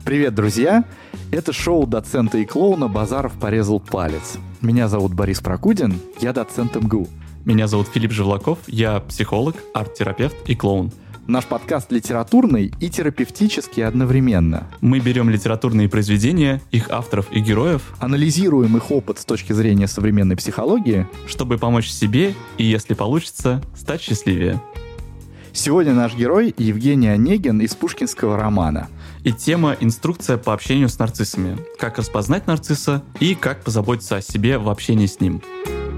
Привет, друзья! Это шоу доцента и клоуна «Базаров порезал палец». Меня зовут Борис Прокудин, я доцент МГУ. Меня зовут Филипп Живлаков, я психолог, арт-терапевт и клоун. Наш подкаст литературный и терапевтический одновременно. Мы берем литературные произведения, их авторов и героев, анализируем их опыт с точки зрения современной психологии, чтобы помочь себе и, если получится, стать счастливее. Сегодня наш герой Евгений Онегин из пушкинского романа. И тема «Инструкция по общению с нарциссами». Как распознать нарцисса и как позаботиться о себе в общении с ним.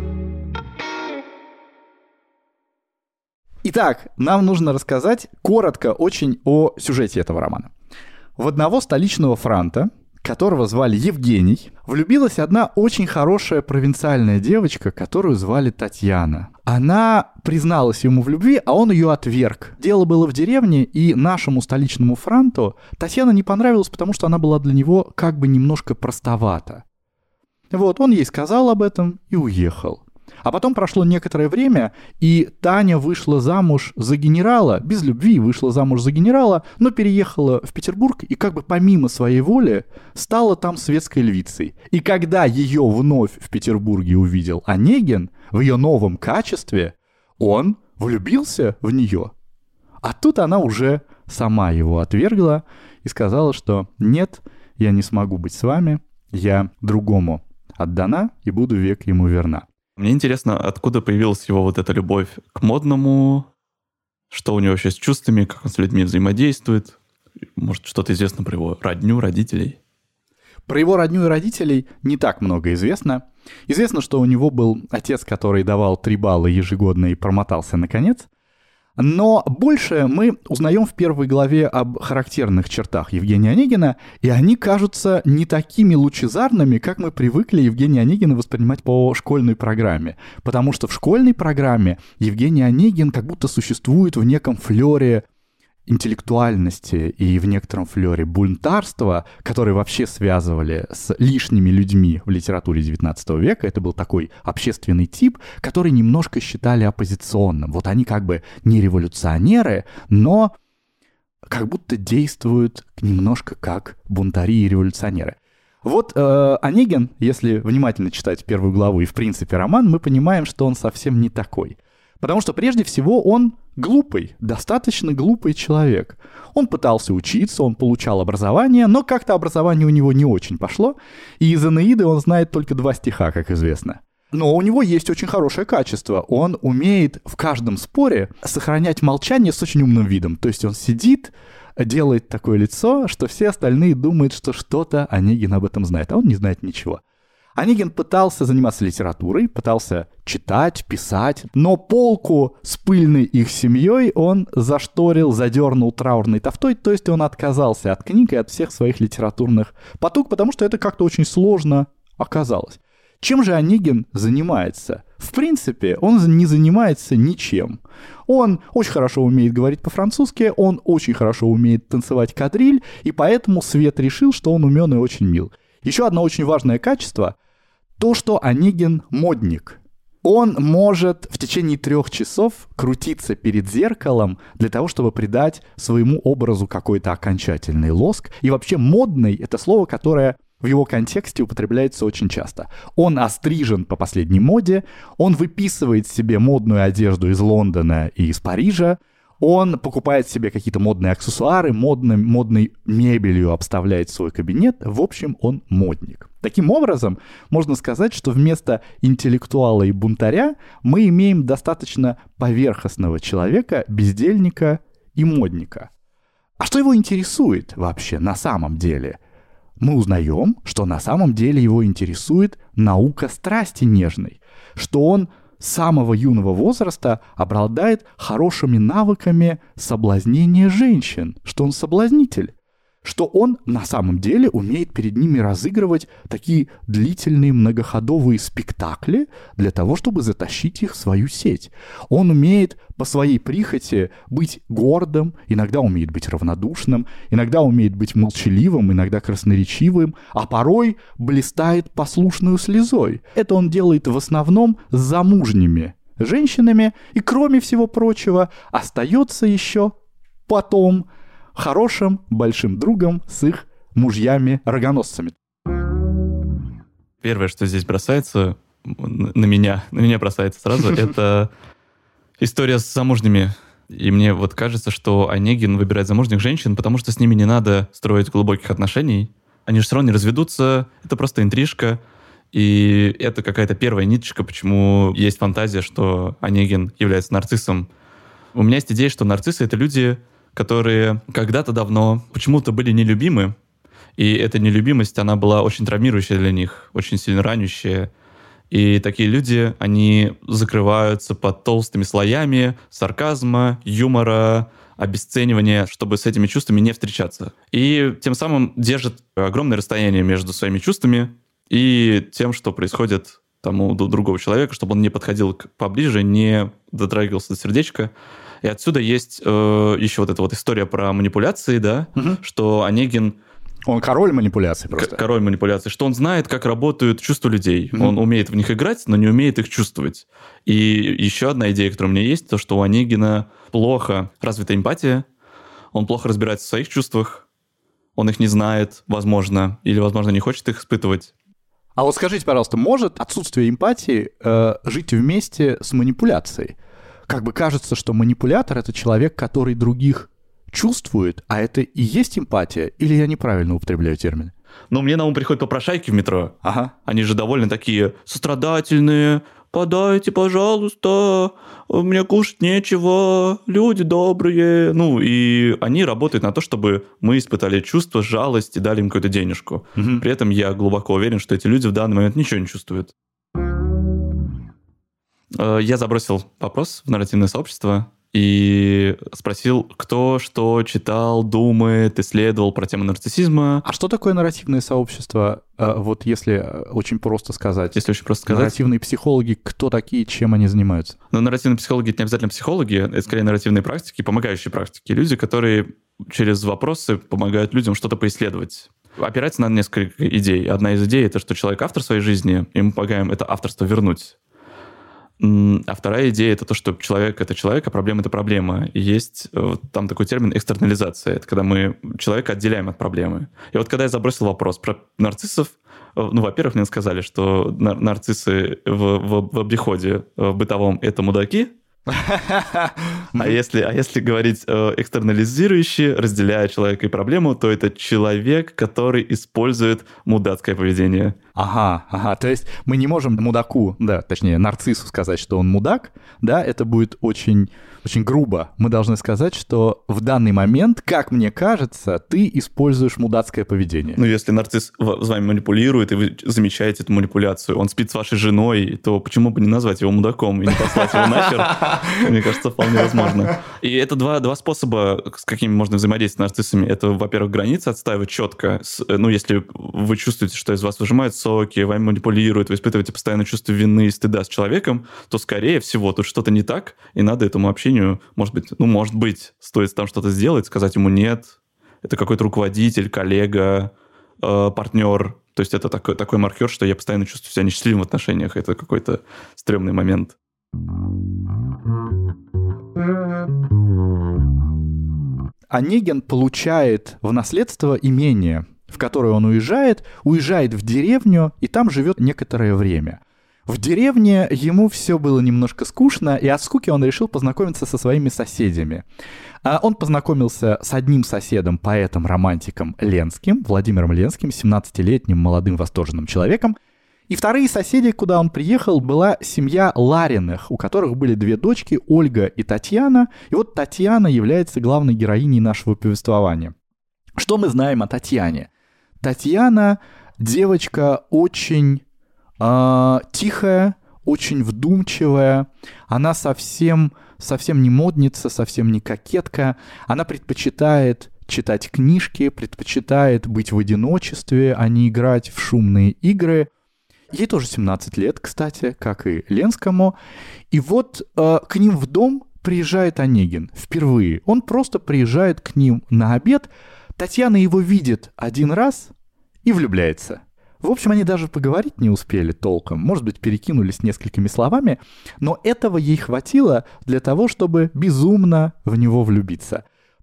Итак, нам нужно рассказать коротко очень о сюжете этого романа. В одного столичного франта, которого звали Евгений, влюбилась одна очень хорошая провинциальная девочка, которую звали Татьяна. Она призналась ему в любви, а он ее отверг. Дело было в деревне, и нашему столичному франту Татьяна не понравилась, потому что она была для него как бы немножко простовата. Вот, он ей сказал об этом и уехал. А потом прошло некоторое время, и Таня вышла замуж за генерала, без любви вышла замуж за генерала, но переехала в Петербург и как бы помимо своей воли стала там светской львицей. И когда ее вновь в Петербурге увидел Онегин в ее новом качестве, он влюбился в нее. А тут она уже сама его отвергла и сказала, что «нет, я не смогу быть с вами, я другому отдана и буду век ему верна». Мне интересно, откуда появилась его вот эта любовь к модному, что у него вообще с чувствами, как он с людьми взаимодействует. Может, что-то известно про его родню, родителей? Про его родню и родителей не так много известно. Известно, что у него был отец, который давал 3 балла ежегодно и промотался наконец. Но больше мы узнаем в первой главе об характерных чертах Евгения Онегина, и они кажутся не такими лучезарными, как мы привыкли Евгения Онегина воспринимать по школьной программе. Потому что в школьной программе Евгений Онегин как будто существует в неком флёре интеллектуальности и в некотором флёре бунтарства, которые вообще связывали с лишними людьми в литературе XIX века. Это был такой общественный тип, который немножко считали оппозиционным. Вот они как бы не революционеры, но как будто действуют немножко как бунтари и революционеры. Вот Онегин, если внимательно читать первую главу и в принципе роман, мы понимаем, что он совсем не такой. Потому что прежде всего он глупый, достаточно глупый человек. Он пытался учиться, он получал образование, но как-то образование у него не очень пошло, и из «Энеиды» он знает только 2 стиха, как известно. Но у него есть очень хорошее качество. Он умеет в каждом споре сохранять молчание с очень умным видом. То есть он сидит, делает такое лицо, что все остальные думают, что что-то Онегин об этом знает, а он не знает ничего. Онегин пытался заниматься литературой, пытался читать, писать, но полку с пыльной их семьей он зашторил, задернул траурной тафтой, то есть он отказался от книг и от всех своих литературных потуг, потому что это как-то очень сложно оказалось. Чем же Онегин занимается? В принципе, он не занимается ничем. Он очень хорошо умеет говорить по-французски, он очень хорошо умеет танцевать кадриль, и поэтому Свет решил, что он умен и очень мил. Еще одно очень важное качество — то, что Онегин модник. Он может в течение 3 часов крутиться перед зеркалом для того, чтобы придать своему образу какой-то окончательный лоск. И вообще модный — это слово, которое в его контексте употребляется очень часто. Он острижен по последней моде, он выписывает себе модную одежду из Лондона и из Парижа, он покупает себе какие-то модные аксессуары, модной мебелью обставляет свой кабинет. В общем, он модник. Таким образом, можно сказать, что вместо интеллектуала и бунтаря мы имеем достаточно поверхностного человека, бездельника и модника. А что его интересует вообще на самом деле? Мы узнаем, что на самом деле его интересует наука страсти нежной, что он с самого юного возраста обладает хорошими навыками соблазнения женщин, что он соблазнитель, что он на самом деле умеет перед ними разыгрывать такие длительные многоходовые спектакли для того, чтобы затащить их в свою сеть. Он умеет по своей прихоти быть гордым, иногда умеет быть равнодушным, иногда умеет быть молчаливым, иногда красноречивым, а порой блистает послушную слезой. Это он делает в основном с замужними женщинами и, кроме всего прочего, остается еще потом хорошим большим другом с их мужьями-рогоносцами? Первое, что здесь бросается на меня бросается сразу, это история с замужними. И мне вот кажется, что Онегин выбирает замужних женщин, потому что с ними не надо строить глубоких отношений. Они же все равно не разведутся, это просто интрижка. И это какая-то первая ниточка, почему есть фантазия, что Онегин является нарциссом. У меня есть идея, что нарциссы — это люди, которые когда-то давно почему-то были нелюбимы, и эта нелюбимость, она была очень травмирующая для них, очень сильно ранящая. И такие люди, они закрываются под толстыми слоями сарказма, юмора, обесценивания, чтобы с этими чувствами не встречаться. И тем самым держат огромное расстояние между своими чувствами и тем, что происходит тому другого человека, чтобы он не подходил поближе, не дотрагивался до сердечка. И отсюда есть еще вот эта вот история про манипуляции, да, что Онегин... Он король манипуляций просто. Король манипуляций, что он знает, как работают чувства людей. Он умеет в них играть, но не умеет их чувствовать. И еще одна идея, которая у меня есть, то, что у Онегина плохо развита эмпатия, он плохо разбирается в своих чувствах, он их не знает, возможно, или, возможно, не хочет их испытывать. А вот скажите, пожалуйста, может отсутствие эмпатии жить вместе с манипуляцией? Как бы кажется, что манипулятор — это человек, который других чувствует, а это и есть эмпатия, или я неправильно употребляю термин? Ну, мне на ум приходят попрошайки в метро. Ага. Они же довольно такие сострадательные. «Подайте, пожалуйста, мне кушать нечего, люди добрые». Ну, и они работают на то, чтобы мы испытали чувство, жалость и дали им какую-то денежку. При этом я глубоко уверен, что эти люди в данный момент ничего не чувствуют. Я забросил вопрос в нарративное сообщество и спросил, кто что читал, думает, исследовал про тему нарциссизма. А что такое нарративное сообщество? Вот если очень просто сказать. Если очень просто сказать. Нарративные психологи, кто такие, чем они занимаются? Но нарративные психологи — это не обязательно психологи, это скорее нарративные практики, помогающие практики. Люди, которые через вопросы помогают людям что-то поисследовать. Опирается на несколько идей. Одна из идей — это что человек автор своей жизни, и мы помогаем это авторство вернуть. А вторая идея — это то, что человек — это человек, а проблема — это проблема. И есть там такой термин экстернализация. Это когда мы человека отделяем от проблемы. И вот когда я забросил вопрос про нарциссов, ну, во-первых, мне сказали, что нарциссы в обиходе бытовом — это мудаки. А если говорить экстернализирующие, разделяя человека и проблему, то это человек, который использует мудацкое поведение. Ага. То есть мы не можем мудаку, да, точнее, нарциссу сказать, что он мудак, да, это будет очень, очень грубо. Мы должны сказать, что в данный момент, как мне кажется, ты используешь мудацкое поведение. Ну, если нарцисс с вами манипулирует, и вы замечаете эту манипуляцию, он спит с вашей женой, то почему бы не назвать его мудаком и не послать его нахер? Мне кажется, вполне возможно. И это два способа, с какими можно взаимодействовать с нарциссами. Это, во-первых, границы отстаивать четко. Ну, если вы чувствуете, что из вас выжимают соки, вами манипулируют, вы испытываете постоянное чувство вины и стыда с человеком, то, скорее всего, тут что-то не так, и надо этому общению, может быть, стоит там что-то сделать, сказать ему «нет». Это какой-то руководитель, коллега, партнер. То есть это такой маркер, что я постоянно чувствую себя несчастливым в отношениях. Это какой-то стрёмный момент. Онегин получает в наследство имение, в которое он уезжает в деревню, и там живет некоторое время. В деревне ему все было немножко скучно, и от скуки он решил познакомиться со своими соседями. Он познакомился с одним соседом, поэтом-романтиком Ленским, Владимиром Ленским, 17-летним молодым восторженным человеком. И вторые соседи, куда он приехал, была семья Лариных, у которых были две дочки, Ольга и Татьяна. И вот Татьяна является главной героиней нашего повествования. Что мы знаем о Татьяне? Татьяна девочка очень тихая, очень вдумчивая. Она совсем не модница, совсем не кокетка. Она предпочитает читать книжки, предпочитает быть в одиночестве, а не играть в шумные игры. Ей тоже 17 лет, кстати, как и Ленскому. И вот к ним в дом приезжает Онегин впервые. Он просто приезжает к ним на обед. Татьяна его видит один раз и влюбляется. В общем, они даже поговорить не успели толком. Может быть, перекинулись несколькими словами. Но этого ей хватило для того, чтобы безумно в него влюбиться.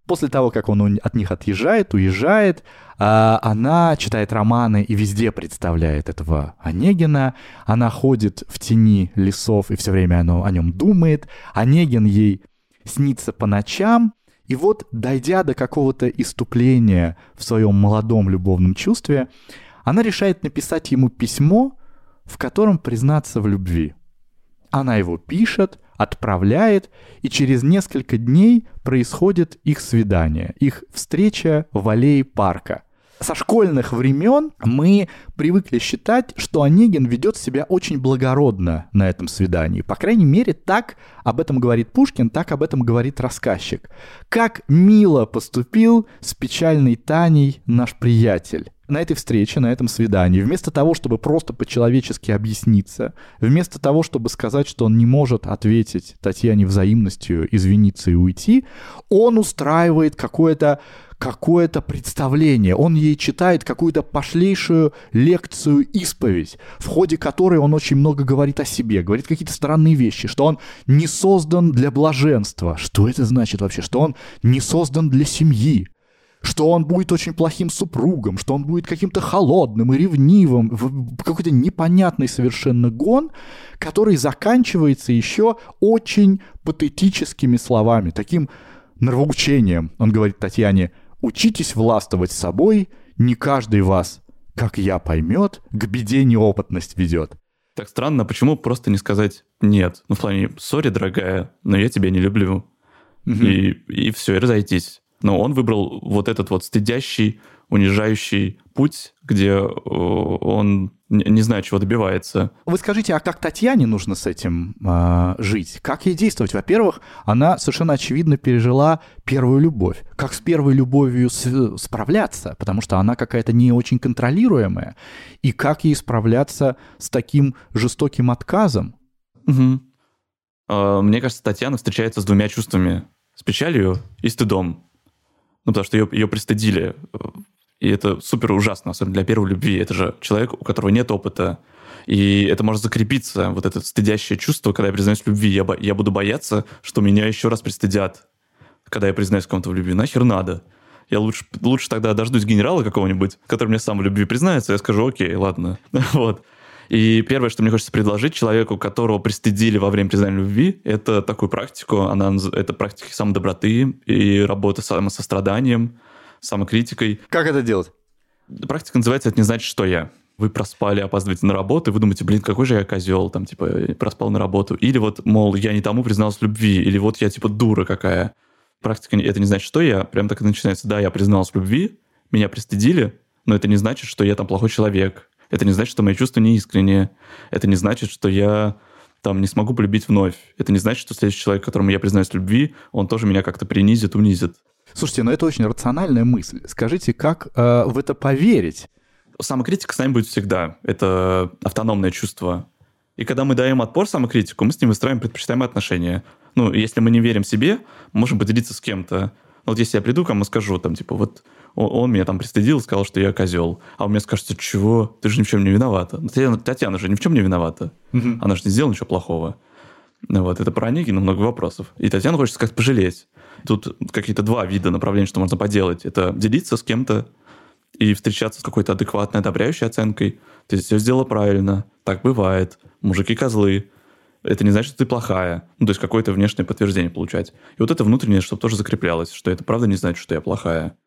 После того, как он от них уезжает, она читает романы и везде представляет этого Онегина. Она ходит в тени лесов и все время о нем думает. Онегин ей снится по ночам. И вот, дойдя до какого-то исступления в своем молодом любовном чувстве, она решает написать ему письмо, в котором признаться в любви. Она его пишет, отправляет, и через несколько дней происходит их свидание, их встреча в аллее парка. Со школьных времен мы привыкли считать, что Онегин ведет себя очень благородно на этом свидании. По крайней мере, так об этом говорит Пушкин, так об этом говорит рассказчик. Как мило поступил с печальной Таней наш приятель. На этой встрече, на этом свидании, вместо того, чтобы просто по-человечески объясниться, вместо того, чтобы сказать, что он не может ответить Татьяне взаимностью, извиниться и уйти, он устраивает какое-то представление. Он ей читает какую-то пошлейшую лекцию-исповедь, в ходе которой он очень много говорит о себе, говорит какие-то странные вещи, что он не создан для блаженства. Что это значит вообще? Что он не создан для семьи. Что он будет очень плохим супругом, что он будет каким-то холодным и ревнивым, какой-то непонятный совершенно гон, который заканчивается еще очень патетическими словами, таким нравоучением. Он говорит Татьяне: «Учитесь властвовать собой, не каждый вас, как я, поймет, к беде неопытность ведет». Так странно, почему просто не сказать «нет»? Ну, в плане «сори, дорогая, но я тебя не люблю». И все, и разойтись. Но он выбрал вот этот вот стыдящий, унижающий путь, где он не знает, чего добивается. Вы скажите, а как Татьяне нужно с этим жить? Как ей действовать? Во-первых, она совершенно очевидно пережила первую любовь. Как с первой любовью справляться? Потому что она какая-то не очень контролируемая. И как ей справляться с таким жестоким отказом? Мне кажется, Татьяна встречается с двумя чувствами. С печалью и стыдом. Ну, потому что ее пристыдили. И это супер ужасно, особенно для первой любви. Это же человек, у которого нет опыта. И это может закрепиться, вот это стыдящее чувство, когда я признаюсь в любви. Я буду бояться, что меня еще раз пристыдят, когда я признаюсь кому-то в любви. Нахер надо? Я лучше тогда дождусь генерала какого-нибудь, который мне сам в любви признается, я скажу: окей, ладно. Вот. И первое, что мне хочется предложить человеку, которого пристыдили во время признания любви, это такую практику. Это практика самодоброты и работа с самосостраданием, самокритикой. Как это делать? Практика называется «Это не значит, что я». Вы проспали, опаздываете на работу, и вы думаете: блин, какой же я козел, там, типа, проспал на работу. Или вот, мол, я не тому признался в любви, или вот я, типа, дура какая. Практика «Это не значит, что я». Прям так и начинается: да, я признался в любви, меня пристыдили, но это не значит, что я там плохой человек. Это не значит, что мои чувства неискренние. Это не значит, что я там не смогу полюбить вновь. Это не значит, что следующий человек, которому я признаюсь в любви, он тоже меня как-то принизит, унизит. Слушайте, ну это очень рациональная мысль. Скажите, как в это поверить? Самокритика с нами будет всегда. Это автономное чувство. И когда мы даем отпор самокритику, мы с ним выстраиваем предпочитаемые отношения. Ну, если мы не верим себе, мы можем поделиться с кем-то. Вот если я приду к кому и скажу, там, типа, вот он меня там пристыдил, сказал, что я козел. А у меня скажется: чего? Ты же ни в чем не виновата. Татьяна же ни в чем не виновата. Она же не сделала ничего плохого. Вот, это про Онегина много вопросов. И Татьяна хочет сказать пожалеть. Тут какие-то два вида направлений, что можно поделать. Это делиться с кем-то и встречаться с какой-то адекватной, одобряющей оценкой. Ты все сделала правильно. Так бывает. Мужики козлы. Это не значит, что ты плохая. Ну, то есть какое-то внешнее подтверждение получать. И вот это внутреннее, чтобы тоже закреплялось, что это правда не значит, что я плохая.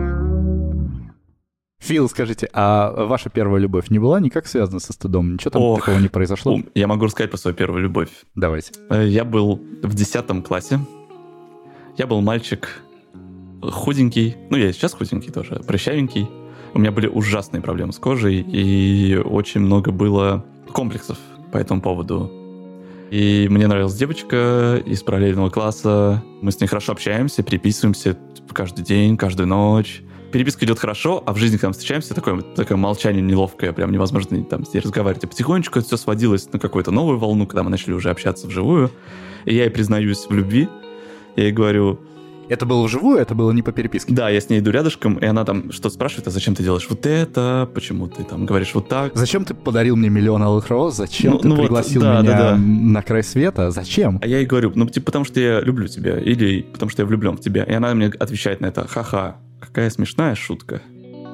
Фил, скажите, а ваша первая любовь не была никак связана со стыдом? Ничего там такого не произошло? Я могу рассказать про свою первую любовь. Давайте. Я был в 10 классе. Я был мальчик худенький. Ну, я и сейчас худенький тоже, прыщавенький. У меня были ужасные проблемы с кожей, и очень много было комплексов по этому поводу. И мне нравилась девочка из параллельного класса. Мы с ней хорошо общаемся, переписываемся каждый день, каждую ночь. Переписка идет хорошо, а в жизни, когда мы встречаемся, такое молчание неловкое, прям невозможно там с ней разговаривать. И потихонечку это все сводилось на какую-то новую волну, когда мы начали уже общаться вживую. И я ей признаюсь в любви. Я ей говорю: Это было вживую, это было не по переписке? Да, я с ней иду рядышком, и она там что-то спрашивает, а зачем ты делаешь вот это, почему ты там говоришь вот так? Зачем ты подарил мне 1 000 000 алых роз? Зачем ты вот, пригласил меня на край света? Зачем? А я ей говорю, потому что я люблю тебя, или потому что я влюблен в тебя. И она мне отвечает на это, ха-ха, какая смешная шутка.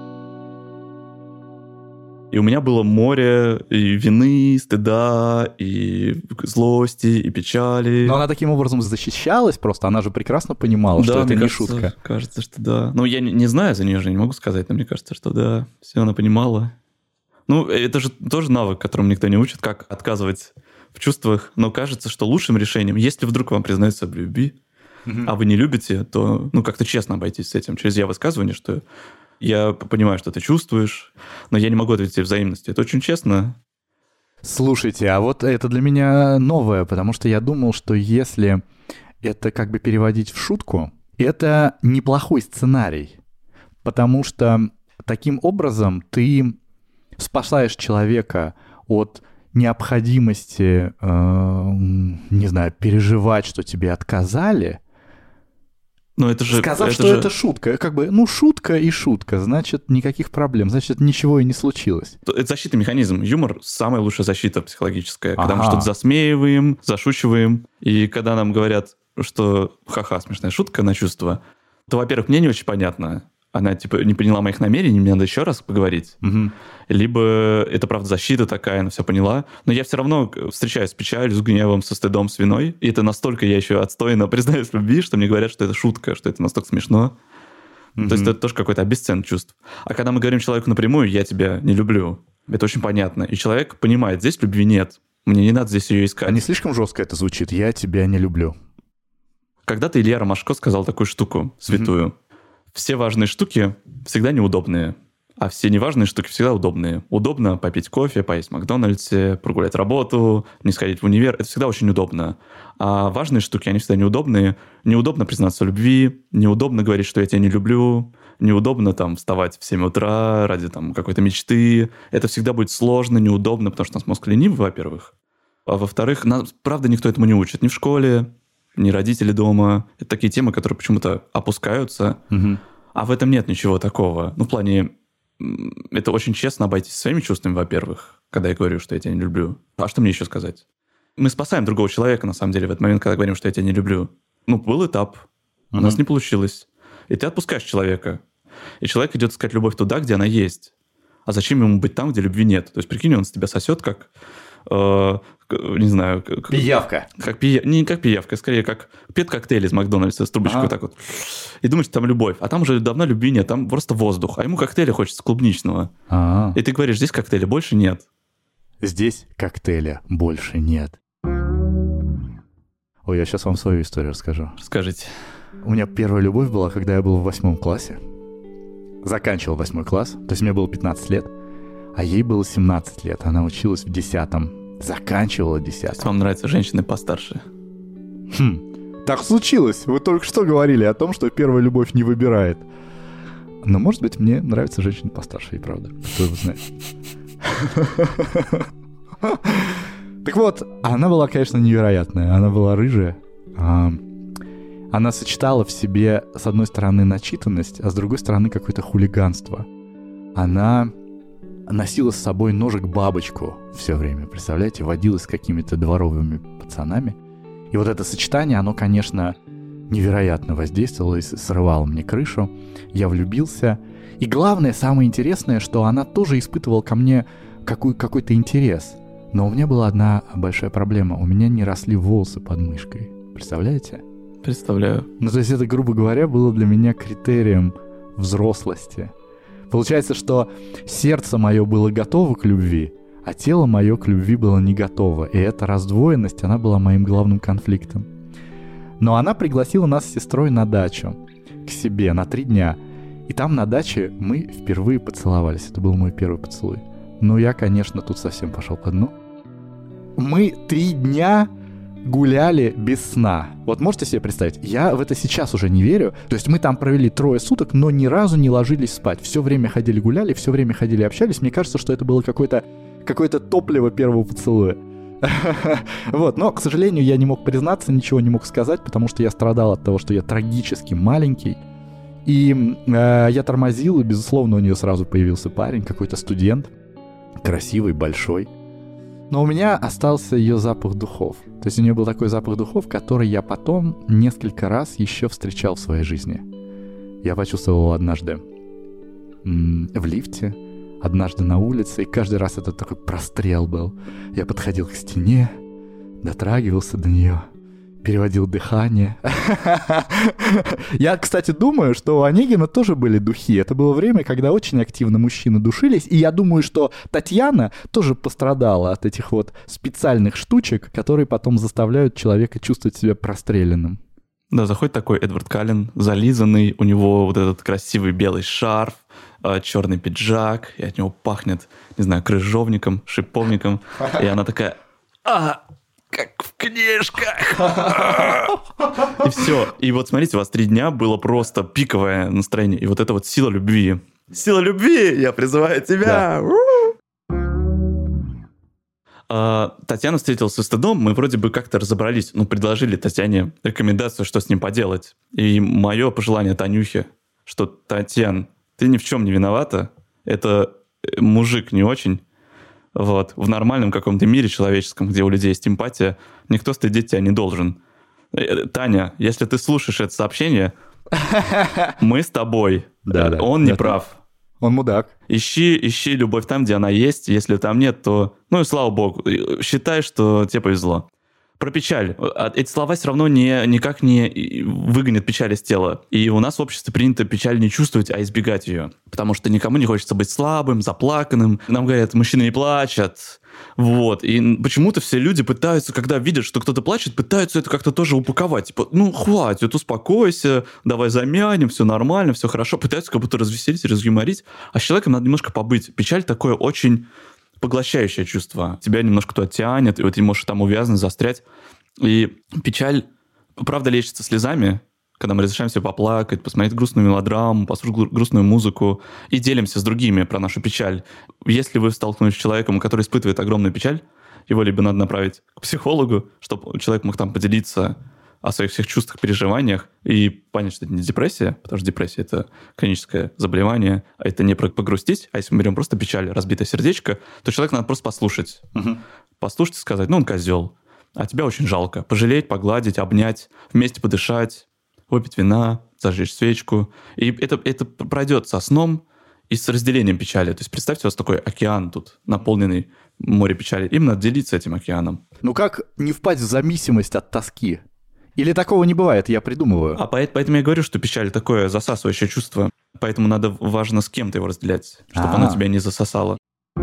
И у меня было море и вины, стыда, и злости, и печали. Но она таким образом защищалась просто, она же прекрасно понимала, что это не шутка. Кажется, что да. Ну, я не знаю за нее же, не могу сказать, но мне кажется, что да, все она понимала. Ну, это же тоже навык, которому никто не учит, как отказывать в чувствах. Но кажется, что лучшим решением, если вдруг вам признаются в любви, а вы не любите, то как-то честно обойтись с этим. Через я-высказывание, что я понимаю, что ты чувствуешь, но я не могу ответить тебе взаимностью. Это очень честно. Слушайте, а вот это для меня новое, потому что я думал, что если это как бы переводить в шутку, это неплохой сценарий, потому что таким образом ты спасаешь человека от необходимости, не знаю, переживать, что тебе отказали, но это же, сказав, что это шутка. Как бы, шутка и шутка, значит, никаких проблем, значит, ничего и не случилось. Это защитный механизм. Юмор — самая лучшая защита психологическая. Когда мы что-то засмеиваем, зашучиваем, и когда нам говорят, что ха-ха, смешная шутка на чувство, то, во-первых, мне не очень понятно. Она, не поняла моих намерений, мне надо еще раз поговорить. Угу. Либо это, правда, защита такая, она все поняла. Но я все равно встречаюсь с печалью, с гневом, со стыдом, с виной. И это настолько я еще отстойно признаюсь в любви, что мне говорят, что это шутка, что это настолько смешно. То есть это тоже какой-то обесцен чувств. А когда мы говорим человеку напрямую, я тебя не люблю, это очень понятно. И человек понимает, здесь любви нет. Мне не надо здесь ее искать. А не слишком жестко это звучит? Я тебя не люблю. Когда-то Илья Ромашко сказал такую штуку святую. Все важные штуки всегда неудобные, а все неважные штуки всегда удобные. Удобно попить кофе, поесть в Макдональдсе, прогулять работу, не сходить в универ. Это всегда очень удобно. А важные штуки, они всегда неудобные. Неудобно признаться в любви, неудобно говорить, что я тебя не люблю, неудобно вставать в 7 утра ради какой-то мечты. Это всегда будет сложно, неудобно, потому что у нас мозг ленивый, во-первых. А во-вторых, нас, правда, никто этому не учит. Ни в школе, ни родители дома. Это такие темы, которые почему-то опускаются. Угу. А в этом нет ничего такого. В плане, это очень честно обойтись своими чувствами, во-первых, когда я говорю, что я тебя не люблю. А что мне еще сказать? Мы спасаем другого человека, на самом деле, в этот момент, когда говорим, что я тебя не люблю. Был этап, у нас не получилось. И ты отпускаешь человека. И человек идет искать любовь туда, где она есть. А зачем ему быть там, где любви нет? То есть, прикинь, он с тебя сосет, как... не знаю... Пиявка. Не как пиявка, скорее как пьет коктейль из Макдональдса с трубочкой вот так вот. И думаешь, там любовь. А там уже давно любви нет, там просто воздух. А ему коктейля хочется клубничного. И ты говоришь, здесь коктейля больше нет. Здесь коктейля больше нет. Ой, я сейчас вам свою историю расскажу. Расскажите. У меня первая любовь была, когда я был в 8 классе. Заканчивал 8 класс, то есть мне было 15 лет. А ей было 17 лет, она училась в 10-м, заканчивала 10-м. Вам нравятся женщины постарше? Так случилось, вы только что говорили о том, что первая любовь не выбирает. Но, может быть, мне нравятся женщины постарше, и правда, кто его знает. Так вот, она была, конечно, невероятная, она была рыжая. Она сочетала в себе, с одной стороны, начитанность, а с другой стороны, какое-то хулиганство. Она носила с собой ножик-бабочку все время, представляете? Водилась с какими-то дворовыми пацанами. И вот это сочетание, оно, конечно, невероятно воздействовало и срывало мне крышу. Я влюбился. И главное, самое интересное, что она тоже испытывала ко мне какой-то интерес. Но у меня была одна большая проблема. У меня не росли волосы под мышкой. Представляете? Представляю. То есть это, грубо говоря, было для меня критерием взрослости. Получается, что сердце мое было готово к любви, а тело мое к любви было не готово. И эта раздвоенность, она была моим главным конфликтом. Но она пригласила нас с сестрой на дачу, к себе, на 3 дня. И там на даче мы впервые поцеловались. Это был мой первый поцелуй. Но я, конечно, тут совсем пошел по дну. Мы 3 дня гуляли без сна. Вот можете себе представить? Я в это сейчас уже не верю. То есть мы там провели 3 суток, но ни разу не ложились спать. Все время ходили гуляли, все время ходили общались. Мне кажется, что это было какое-то топливо первого поцелуя. Вот, но, к сожалению, я не мог признаться, ничего не мог сказать, потому что я страдал от того, что я трагически маленький. И я тормозил, и, безусловно, у нее сразу появился парень, какой-то студент, красивый, большой. Но у меня остался ее запах духов. То есть у нее был такой запах духов, который я потом несколько раз еще встречал в своей жизни. Я почувствовал его однажды в лифте, однажды на улице, и каждый раз это такой прострел был. Я подходил к стене, дотрагивался до нее, переводил дыхание. Я, кстати, думаю, что у Онегина тоже были духи. Это было время, когда очень активно мужчины душились, и я думаю, что Татьяна тоже пострадала от этих вот специальных штучек, которые потом заставляют человека чувствовать себя простреленным. Да, заходит такой Эдвард Каллен, зализанный, у него вот этот красивый белый шарф, черный пиджак, и от него пахнет, не знаю, крыжовником, шиповником, и она такая: как в книжках. И все. И вот смотрите, у вас 3 дня было просто пиковое настроение. И вот это вот сила любви. Сила любви! Я призываю тебя! Татьяна встретилась со стыдом, мы вроде бы как-то разобрались, предложили Татьяне рекомендацию, что с ним поделать. И мое пожелание Танюхе, что: Татьян, ты ни в чем не виновата, это мужик не очень. Вот. В нормальном каком-то мире человеческом, где у людей есть эмпатия, никто стыдить тебя не должен. Таня, если ты слушаешь это сообщение, мы с тобой. Он не прав. Он мудак. Ищи любовь там, где она есть. Если там нет, то... и слава богу. Считай, что тебе повезло. Про печаль. Эти слова все равно никак не выгонят печаль из тела. И у нас в обществе принято печаль не чувствовать, а избегать ее. Потому что никому не хочется быть слабым, заплаканным. Нам говорят: мужчины не плачут. Вот. И почему-то все люди пытаются, когда видят, что кто-то плачет, пытаются это как-то тоже упаковать. Типа: хватит, успокойся, давай замянем, все нормально, все хорошо. Пытаются как будто развеселить, разюморить. А с человеком надо немножко побыть. Печаль такое очень поглощающее чувство. Тебя немножко туда тянет, и вот ты можешь там увязнуть, застрять. И печаль, правда, лечится слезами, когда мы разрешаем себе поплакать, посмотреть грустную мелодраму, послушать грустную музыку и делимся с другими про нашу печаль. Если вы столкнулись с человеком, который испытывает огромную печаль, его либо надо направить к психологу, чтобы человек мог там поделиться о своих всех чувствах, переживаниях и понять, что это не депрессия, потому что депрессия — это хроническое заболевание, а это не про погрустить. А если мы берем просто печаль, разбитое сердечко, то человеку надо просто послушать. Послушать и сказать: он козел, а тебя очень жалко. Пожалеть, погладить, обнять, вместе подышать, выпить вина, зажечь свечку. И это пройдет со сном и с разделением печали. То есть представьте, у вас такой океан тут, наполненный море печали. Им надо делиться этим океаном. Как не впасть в зависимость от тоски? Или такого не бывает, я придумываю? Поэтому я говорю, что печаль такое засасывающее чувство. Поэтому важно с кем-то его разделять, чтобы оно тебя не засосало.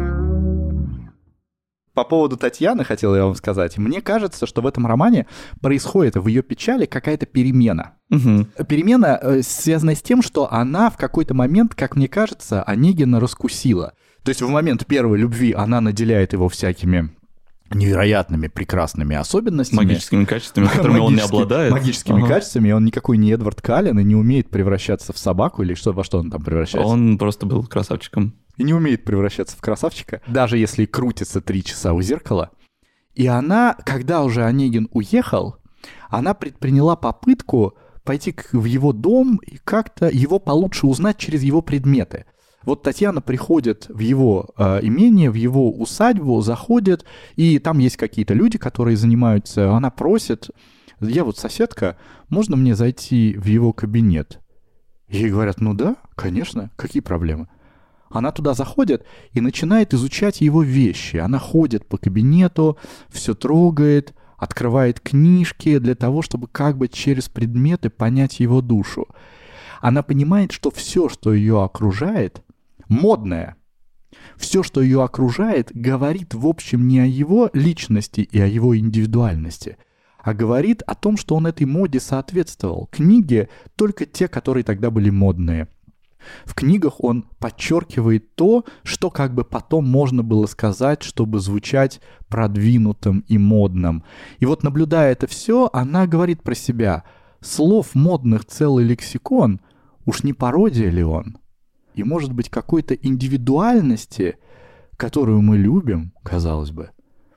По поводу Татьяны хотел я вам сказать. Мне кажется, что в этом романе происходит в ее печали какая-то перемена. Перемена, связанная с тем, что она в какой-то момент, как мне кажется, Онегина раскусила. То есть в момент первой любви она наделяет его всякими невероятными, прекрасными особенностями. Магическими качествами, которыми он не обладает. Магическими качествами. Он никакой не Эдвард Каллен и не умеет превращаться в собаку или во что он там превращается. Он просто был красавчиком. И не умеет превращаться в красавчика, даже если крутится 3 часа у зеркала. И она, когда уже Онегин уехал, она предприняла попытку пойти в его дом и как-то его получше узнать через его предметы. Вот Татьяна приходит в его имение, в его усадьбу, заходит, и там есть какие-то люди, которые занимаются. Она просит: я вот соседка, можно мне зайти в его кабинет? Ей говорят: да, конечно, какие проблемы? Она туда заходит и начинает изучать его вещи. Она ходит по кабинету, все трогает, открывает книжки для того, чтобы как бы через предметы понять его душу. Она понимает, что все, что ее окружает, модное. Все, что ее окружает, говорит, в общем, не о его личности и о его индивидуальности, а говорит о том, что он этой моде соответствовал. Книги только те, которые тогда были модные. В книгах он подчеркивает то, что как бы потом можно было сказать, чтобы звучать продвинутым и модным. И вот, наблюдая это все, она говорит про себя: слов модных целый лексикон, уж не пародия ли он? И, может быть, какой-то индивидуальности, которую мы любим, казалось бы,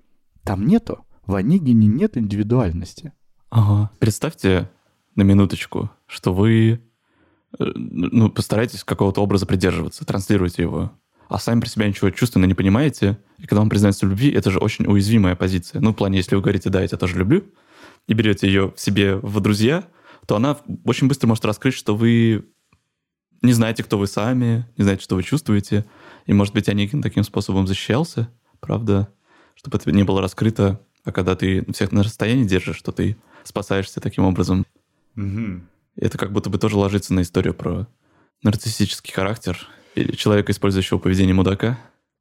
там нету. В Онегине нет индивидуальности. Ага. Представьте на минуточку, что вы постарайтесь какого-то образа придерживаться, транслируйте его, а сами про себя ничего чувственно не понимаете, и когда вам признаются в любви, это же очень уязвимая позиция. В плане, если вы говорите «да, я тебя тоже люблю», и берете ее в себе в друзья, то она очень быстро может раскрыть, что вы не знаете, кто вы сами, не знаете, что вы чувствуете, и, может быть, Онегин таким способом защищался, правда, чтобы это не было раскрыто, а когда ты всех на расстоянии держишь, то ты спасаешься таким образом. Угу. Это как будто бы тоже ложится на историю про нарциссический характер или человека, использующего поведение мудака.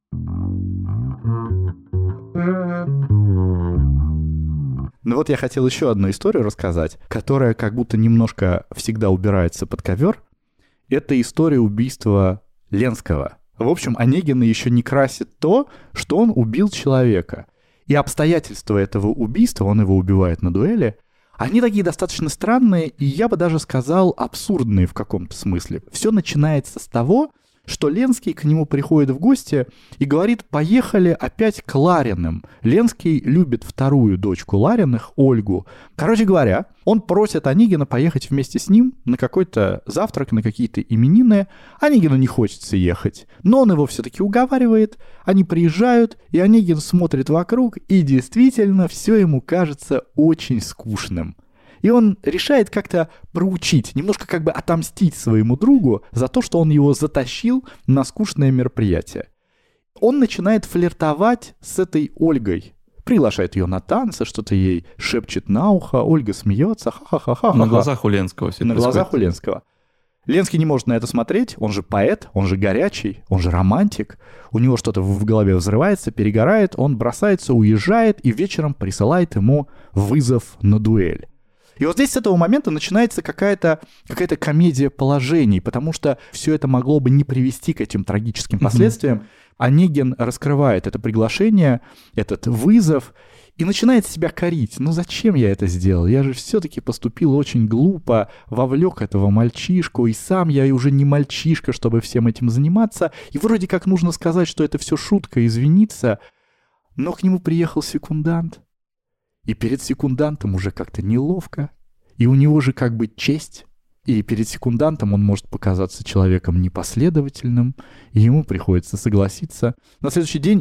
Я хотел еще одну историю рассказать, которая как будто немножко всегда убирается под ковер. Это история убийства Ленского. В общем, Онегина еще не красит то, что он убил человека. И обстоятельства этого убийства, он его убивает на дуэли, они такие достаточно странные, и я бы даже сказал, абсурдные в каком-то смысле. Все начинается с того, что Ленский к нему приходит в гости и говорит: поехали опять к Лариным. Ленский любит вторую дочку Лариных, Ольгу. Короче говоря, он просит Онегина поехать вместе с ним на какой-то завтрак, на какие-то именины. Онегину не хочется ехать, но он его все-таки уговаривает. Они приезжают, и Онегин смотрит вокруг, и действительно все ему кажется очень скучным. И он решает как-то проучить, немножко как бы отомстить своему другу за то, что он его затащил на скучное мероприятие. Он начинает флиртовать с этой Ольгой. Приглашает ее на танцы, что-то ей шепчет на ухо, Ольга смеется, ха-ха-ха-ха. На глазах у Ленского все это происходит. На глазах у Ленского. Ленский не может на это смотреть, он же поэт, он же горячий, он же романтик. У него что-то в голове взрывается, перегорает, он бросается, уезжает и вечером присылает ему вызов на дуэль. И вот здесь с этого момента начинается какая-то комедия положений, потому что все это могло бы не привести к этим трагическим последствиям. Онегин раскрывает это приглашение, этот вызов, и начинает себя корить. Зачем я это сделал? Я же все-таки поступил очень глупо, вовлек этого мальчишку, и сам я уже не мальчишка, чтобы всем этим заниматься. И вроде как нужно сказать, что это все шутка, извиниться, но к нему приехал секундант. И перед секундантом уже как-то неловко. И у него же как бы честь. И перед секундантом он может показаться человеком непоследовательным. И ему приходится согласиться. На следующий день,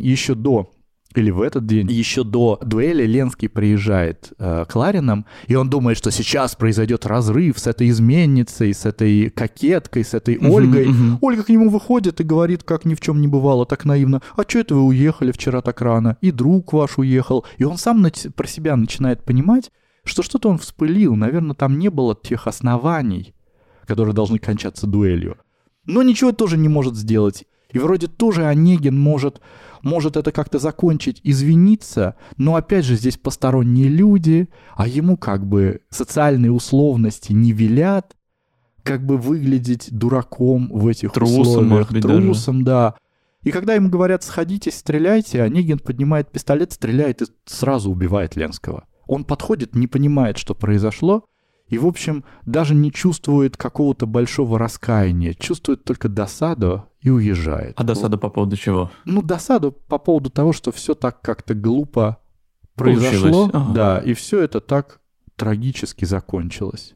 в этот день, еще до дуэли, Ленский приезжает к Ларинам. И он думает, что сейчас произойдет разрыв с этой изменницей, с этой кокеткой, с этой Ольгой. Ольга к нему выходит и говорит, как ни в чем не бывало, так наивно: а что это вы уехали вчера так рано? И друг ваш уехал. И он сам про себя начинает понимать, что что-то он вспылил. Наверное, там не было тех оснований, которые должны кончаться дуэлью. Но ничего тоже не может сделать. И вроде тоже Онегин может это как-то закончить, извиниться, но опять же здесь посторонние люди, а ему как бы социальные условности не велят как бы выглядеть дураком в этих условиях. Трусом, да. И когда ему говорят: сходите, стреляйте, Онегин поднимает пистолет, стреляет и сразу убивает Ленского. Он подходит, не понимает, что произошло, и, в общем, даже не чувствует какого-то большого раскаяния, чувствует только досаду и уезжает. А досаду по поводу чего? Досаду по поводу того, что все так как-то глупо произошло. Ага. Да, и все это так трагически закончилось.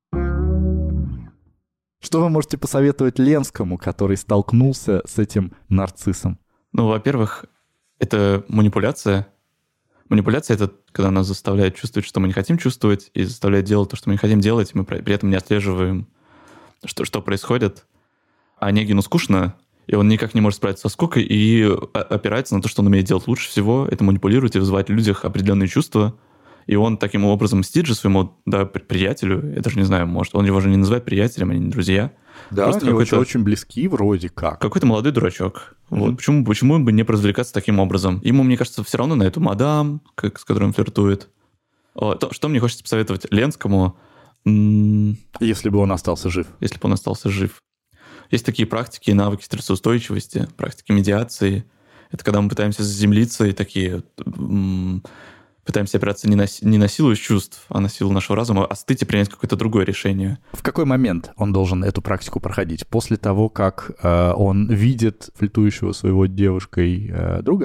Что вы можете посоветовать Ленскому, который столкнулся с этим нарциссом? Во-первых, это манипуляция. Манипуляция — это когда нас заставляет чувствовать, что мы не хотим чувствовать, и заставляет делать то, что мы не хотим делать, и мы при этом не отслеживаем, что происходит. А Онегину скучно, и он никак не может справиться со скукой, и опирается на то, что он умеет делать лучше всего, это манипулировать и вызывать в людях определенные чувства. И он таким образом мстит же своему приятелю. Я даже не знаю, может, он его же не называет приятелем, они не друзья. Да, просто они очень близки вроде как. Какой-то молодой дурачок. Вот. Почему бы не поразвлекаться таким образом? Ему, мне кажется, все равно на эту мадам, с которой он флиртует. Что мне хочется посоветовать Ленскому? Если бы он остался жив. Если бы он остался жив. Есть такие практики, навыки стрессоустойчивости, практики медиации. Это когда мы пытаемся заземлиться и такие... Пытаемся опираться не на силу из чувств, а на силу нашего разума, остыть и принять какое-то другое решение. В какой момент он должен эту практику проходить? После того, как он видит флиртующего своего девушкой друга?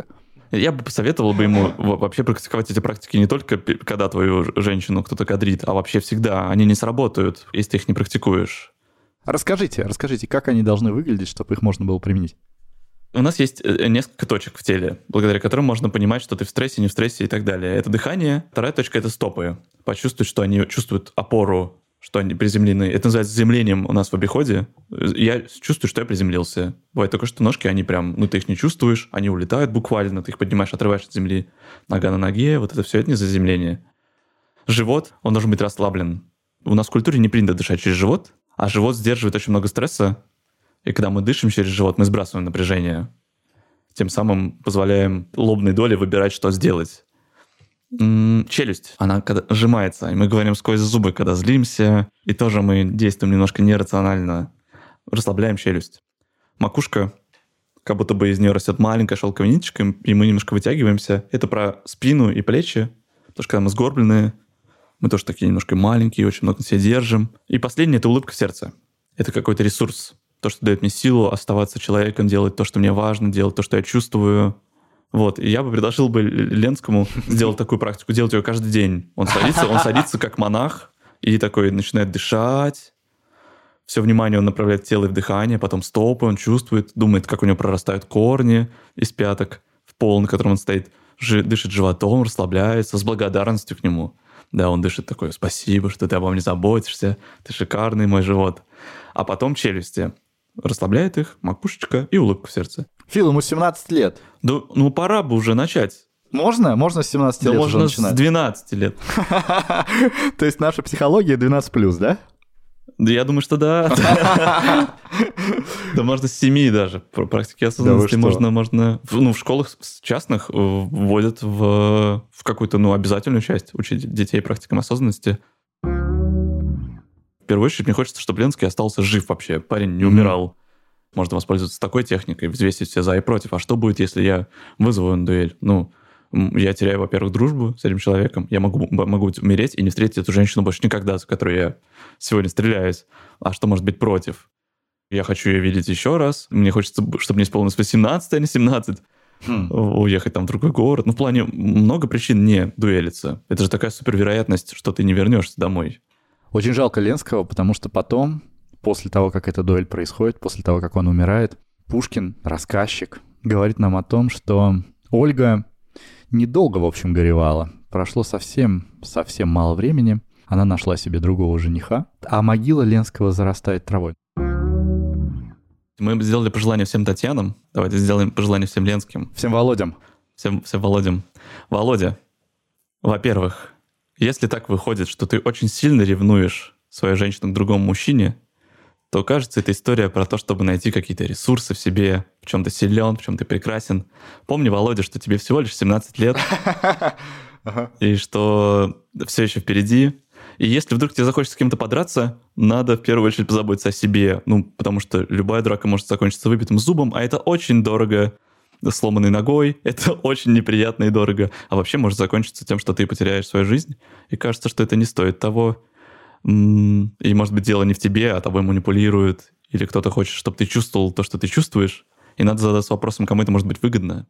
Я бы посоветовал бы ему вообще практиковать эти практики не только когда твою женщину кто-то кадрит, а вообще всегда. Они не сработают, если ты их не практикуешь. Расскажите, как они должны выглядеть, чтобы их можно было применить? У нас есть несколько точек в теле, благодаря которым можно понимать, что ты в стрессе, не в стрессе и так далее. Это дыхание. Вторая точка — это стопы. Почувствовать, что они чувствуют опору, что они приземлены. Это называется заземлением у нас в обиходе. Я чувствую, что я приземлился. Бывает только, что ножки, они прям, ты их не чувствуешь, они улетают буквально, ты их поднимаешь, отрываешь от земли. Нога на ноге, вот это все, это не заземление. Живот, он должен быть расслаблен. У нас в культуре не принято дышать через живот, а живот сдерживает очень много стресса. И когда мы дышим через живот, мы сбрасываем напряжение. Тем самым позволяем лобной доле выбирать, что сделать. Челюсть, она когда сжимается, и мы говорим сквозь зубы, когда злимся, и тоже мы действуем немножко нерационально. Расслабляем челюсть. Макушка, как будто бы из нее растет маленькая шелковая ниточка, и мы немножко вытягиваемся. Это про спину и плечи, потому что когда мы сгорбленные, мы тоже такие немножко маленькие, очень много на себя держим. И последнее — это улыбка в сердце. Это какой-то ресурс. То, что дает мне силу оставаться человеком, делать то, что мне важно, делать то, что я чувствую. Вот. И я бы предложил бы Ленскому сделать такую практику, делать ее каждый день. Он садится как монах и такой начинает дышать. Все внимание он направляет в тело и в дыхание, потом стопы, он чувствует, думает, как у него прорастают корни из пяток в пол, на котором он стоит, дышит животом, расслабляется, с благодарностью к нему. Да, он дышит такой: спасибо, что ты обо мне заботишься, ты шикарный мой живот. А потом челюсти. Расслабляет их, макушечка и улыбка в сердце. Фил, ему 17 лет. Да, пора бы уже начать. Можно? Можно с 17 лет уже начинать? Можно с 12 лет. То есть наша психология 12+, да? Да, я думаю, что да. Да можно с 7 даже. Практики осознанности можно... В школах частных вводят в какую-то обязательную часть учить детей практикам осознанности. В первую очередь, мне хочется, чтобы Ленский остался жив вообще. Парень не умирал. Можно воспользоваться такой техникой, взвесить все за и против. А что будет, если я вызову на дуэль? Я теряю, во-первых, дружбу с этим человеком. Я могу умереть и не встретить эту женщину больше никогда, за которую я сегодня стреляюсь. А что может быть против? Я хочу ее видеть еще раз. Мне хочется, чтобы мне исполнилось 18, а не 17. Уехать там в другой город. В плане много причин не дуэлиться. Это же такая супервероятность, что ты не вернешься домой. Очень жалко Ленского, потому что потом, после того, как эта дуэль происходит, после того, как он умирает, Пушкин, рассказчик, говорит нам о том, что Ольга недолго, в общем, горевала. Прошло совсем мало времени. Она нашла себе другого жениха, а могила Ленского зарастает травой. Мы сделали пожелание всем Татьянам. Давайте сделаем пожелание всем Ленским. Всем Володям. Всем Володям. Володя, во-первых, если так выходит, что ты очень сильно ревнуешь свою женщину к другому мужчине, то, кажется, это история про то, чтобы найти какие-то ресурсы в себе, в чем ты силен, в чем ты прекрасен. Помни, Володя, что тебе всего лишь 17 лет, и что все еще впереди. И если вдруг тебе захочется с кем-то подраться, надо в первую очередь позаботиться о себе. Потому что любая драка может закончиться выбитым зубом, а это очень дорого. Сломанной ногой, это очень неприятно и дорого. А вообще может закончиться тем, что ты потеряешь свою жизнь. И кажется, что это не стоит того. И, может быть, дело не в тебе, а тобой манипулируют. Или кто-то хочет, чтобы ты чувствовал то, что ты чувствуешь. И надо задаться вопросом, кому это может быть выгодно.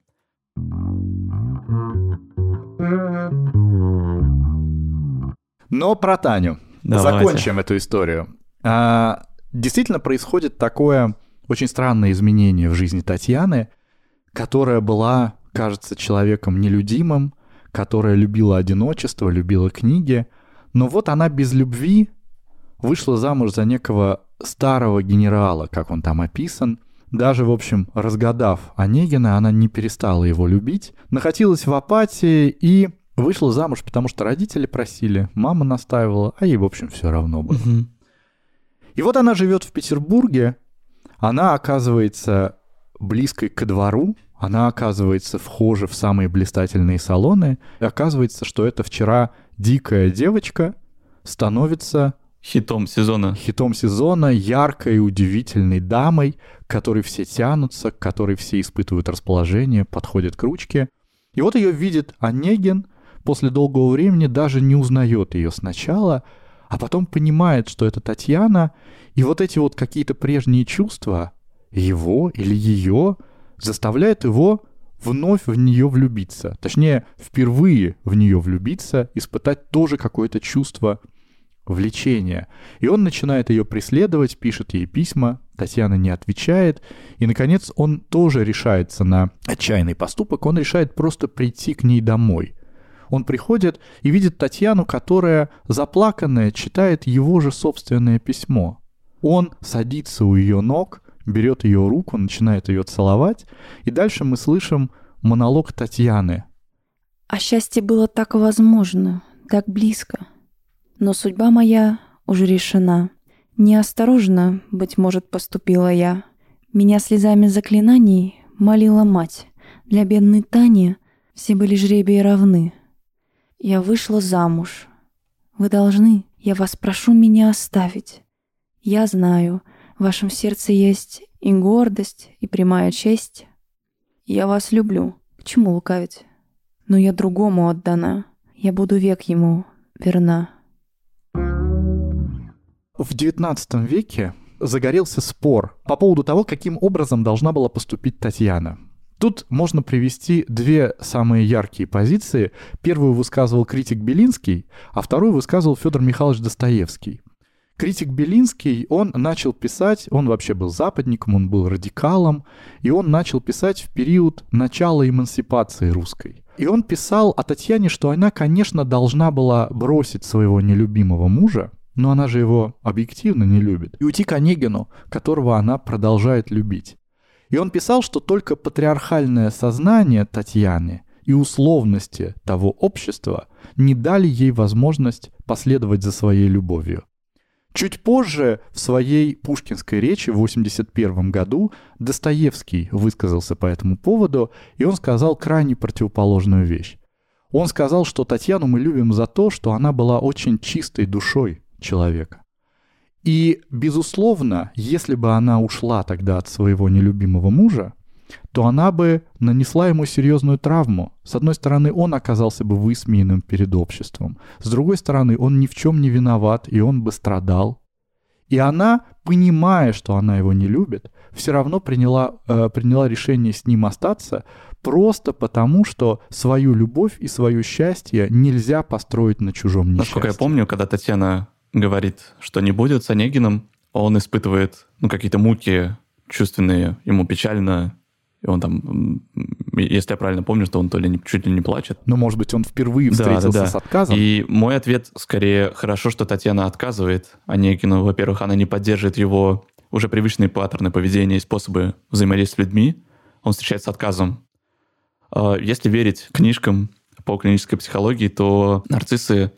Но про Таню. Давайте. Закончим эту историю. Действительно происходит такое очень странное изменение в жизни Татьяны, которая была, кажется, человеком нелюдимым, которая любила одиночество, любила книги. Но вот она без любви вышла замуж за некого старого генерала, как он там описан. Даже, в общем, разгадав Онегина, она не перестала его любить, находилась в апатии и вышла замуж, потому что родители просили, мама настаивала, а ей, в общем, все равно было. И вот она живет в Петербурге, она оказывается близкой ко двору, она оказывается вхожа в самые блистательные салоны, и оказывается, что эта вчера дикая девочка становится Хитом сезона, яркой, удивительной дамой, к которой все тянутся, к которой все испытывают расположение, подходят к ручке. И вот ее видит Онегин, после долгого времени даже не узнает ее сначала, а потом понимает, что это Татьяна, и вот эти вот какие-то прежние чувства его или ее заставляют его вновь в нее влюбиться. Точнее, впервые в нее влюбиться, испытать тоже какое-то чувство влечения. И он начинает ее преследовать, пишет ей письма, Татьяна не отвечает. И, наконец, он тоже решается на отчаянный поступок. Он решает просто прийти к ней домой. Он приходит и видит Татьяну, которая, заплаканная, читает его же собственное письмо. Он садится у ее ног, берет ее руку, начинает ее целовать, и дальше мы слышим монолог Татьяны. «А счастье было так возможно, так близко. Но судьба моя уже решена. Неосторожно, быть может, поступила я. Меня слезами заклинаний молила мать. Для бедной Тани все были жребии равны. Я вышла замуж. Вы должны, я вас прошу, меня оставить. Я знаю, в вашем сердце есть и гордость, и прямая честь. Я вас люблю, к чему лукавить? Но я другому отдана, я буду век ему верна». В XIX веке загорелся спор по поводу того, каким образом должна была поступить Татьяна. Тут можно привести две самые яркие позиции. Первую высказывал критик Белинский, а вторую высказывал Федор Михайлович Достоевский. Критик Белинский, он начал писать, он вообще был западником, он был радикалом, и он начал писать в период начала эмансипации русской. И он писал о Татьяне, что она, конечно, должна была бросить своего нелюбимого мужа, но она же его объективно не любит, и уйти к Онегину, которого она продолжает любить. И он писал, что только патриархальное сознание Татьяны и условности того общества не дали ей возможность последовать за своей любовью. Чуть позже, в своей пушкинской речи в 1981 году, Достоевский высказался по этому поводу, и он сказал крайне противоположную вещь. Он сказал, что Татьяну мы любим за то, что она была очень чистой душой человека. И, безусловно, если бы она ушла тогда от своего нелюбимого мужа, то она бы нанесла ему серьезную травму. С одной стороны, он оказался бы высмеянным перед обществом. С другой стороны, он ни в чем не виноват, и он бы страдал. И она, понимая, что она его не любит, все равно приняла решение с ним остаться, просто потому, что свою любовь и свое счастье нельзя построить на чужом несчастье. Насколько я помню, когда Татьяна говорит, что не будет с Онегиным, он испытывает какие-то муки чувственные, ему печально, и он там, если я правильно помню, что он то ли чуть ли не плачет. Ну, может быть, он впервые встретился с отказом. И мой ответ скорее: хорошо, что Татьяна отказывает Онегину. Во-первых, она не поддерживает его уже привычные паттерны поведения и способы взаимодействия с людьми. Он встречается с отказом. Если верить книжкам по клинической психологии, то нарциссы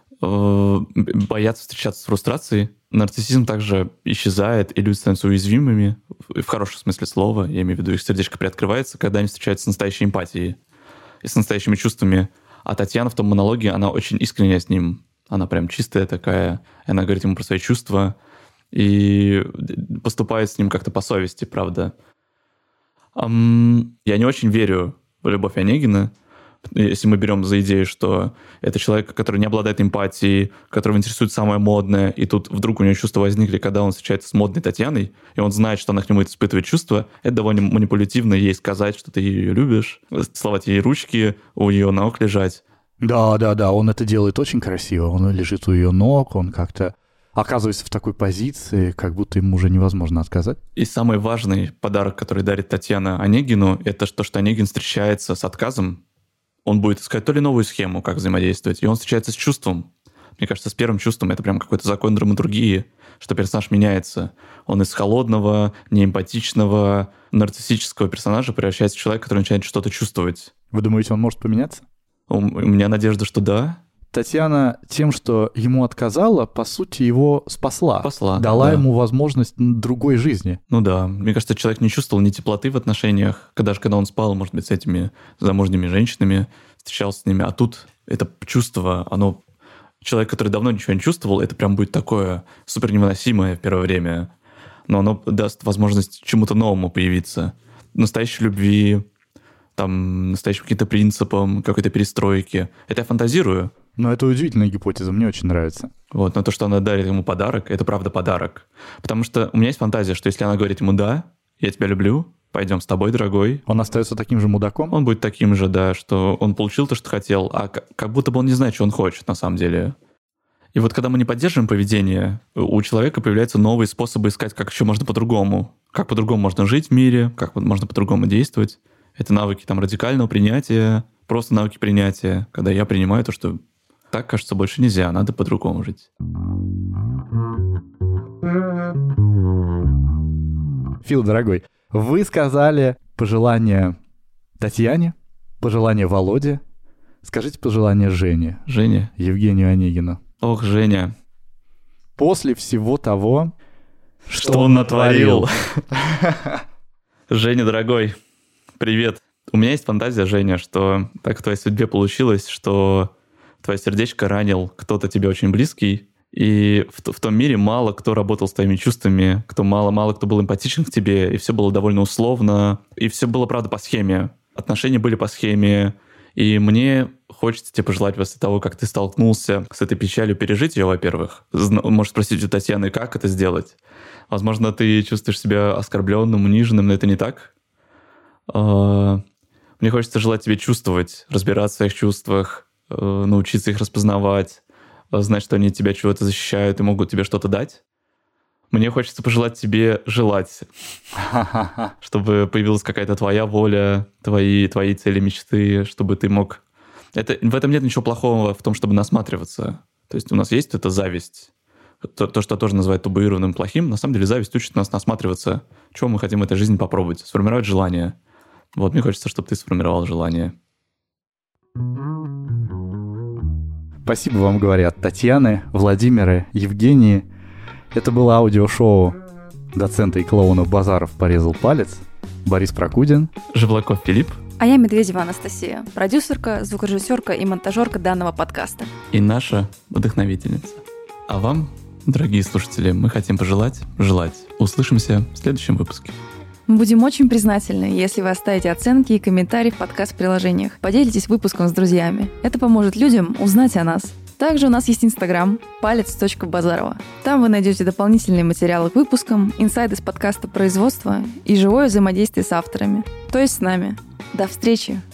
боятся встречаться с фрустрацией. Нарциссизм также исчезает, и люди становятся уязвимыми, в хорошем смысле слова, я имею в виду, их сердечко приоткрывается, когда они встречаются с настоящей эмпатией и с настоящими чувствами. А Татьяна в том монологе, она очень искренняя с ним. Она прям чистая такая, и она говорит ему про свои чувства и поступает с ним как-то по совести, правда. Я не очень верю в любовь Онегина, если мы берем за идею, что это человек, который не обладает эмпатией, которого интересует самое модное, и тут вдруг у него чувства возникли, когда он встречается с модной Татьяной, и он знает, что она к нему испытывает чувства, это довольно манипулятивно ей сказать, что ты ее любишь, целовать ей ручки, у ее ног лежать. Да, он это делает очень красиво, он лежит у ее ног, он как-то оказывается в такой позиции, как будто ему уже невозможно отказать. И самый важный подарок, который дарит Татьяна Онегину, это то, что Онегин встречается с отказом. Он будет искать то ли новую схему, как взаимодействовать, и он встречается с чувством. Мне кажется, с первым чувством это прям какой-то закон драматургии, что персонаж меняется. Он из холодного, неэмпатичного, нарциссического персонажа превращается в человека, который начинает что-то чувствовать. Вы думаете, он может поменяться? У меня надежда, что да. Татьяна тем, что ему отказала, по сути, его спасла. Дала ему возможность другой жизни. Ну да. Мне кажется, человек не чувствовал ни теплоты в отношениях, даже когда он спал, может быть, с этими замужними женщинами, встречался с ними. А тут это чувство, оно... Человек, который давно ничего не чувствовал, это прям будет такое супер невыносимое в первое время. Но оно даст возможность чему-то новому появиться. Настоящей любви, там, настоящим каким-то принципам, какой-то перестройки. Это я фантазирую. Но это удивительная гипотеза, мне очень нравится. Вот, но то, что она дарит ему подарок, это правда подарок. Потому что у меня есть фантазия, что если она говорит ему «да, я тебя люблю», пойдем с тобой, дорогой. Он остается таким же мудаком? Он будет таким же, да, что он получил то, что хотел, а как будто бы он не знает, что он хочет на самом деле. И вот когда мы не поддерживаем поведение, у человека появляются новые способы искать, как еще можно по-другому. Как по-другому можно жить в мире, как можно по-другому действовать. Это навыки там радикального принятия, просто навыки принятия, когда я принимаю то, что так, кажется, больше нельзя, надо по-другому жить. Фил, дорогой, вы сказали пожелание Татьяне, пожелание Володе. Скажите пожелание Жене. Женя? Евгению Онегину. Ох, Женя. После всего того, что он натворил. Женя, дорогой, привет. У меня есть фантазия, Женя, что так в твоей судьбе получилось, что твое сердечко ранил кто-то тебе очень близкий, и в том мире мало кто работал с твоими чувствами, мало кто был эмпатичен к тебе, и все было довольно условно, и все было, правда, по схеме. Отношения были по схеме, и мне хочется тебе пожелать после того, как ты столкнулся с этой печалью, пережить ее, во-первых. Можешь спросить у Татьяны, как это сделать. Возможно, ты чувствуешь себя оскорбленным, униженным, но это не так. Мне хочется желать тебе чувствовать, разбираться в своих чувствах, научиться их распознавать, знать, что они от тебя чего-то защищают и могут тебе что-то дать. Мне хочется пожелать тебе желать, чтобы появилась какая-то твоя воля, твои цели, мечты, чтобы ты мог... В этом нет ничего плохого в том, чтобы насматриваться. То есть у нас есть эта зависть, то, что тоже называют табуированным плохим. На самом деле зависть учит нас насматриваться, чего мы хотим в этой жизни попробовать, сформировать желание. Вот мне хочется, чтобы ты сформировал желание. Спасибо вам, говорят Татьяны, Владимира, Евгении. Это было аудиошоу доцента и клоуна Базаров «Порезал палец». Борис Прокудин. Живлаков Филипп. А я Медведева Анастасия, продюсерка, звукорежиссерка и монтажерка данного подкаста. И наша вдохновительница. А вам, дорогие слушатели, мы хотим желать. Услышимся в следующем выпуске. Мы будем очень признательны, если вы оставите оценки и комментарии в подкаст-приложениях. Поделитесь выпуском с друзьями. Это поможет людям узнать о нас. Также у нас есть Инстаграм palец.базарова. Там вы найдете дополнительные материалы к выпускам, инсайды с подкаста производства и живое взаимодействие с авторами, то есть с нами. До встречи!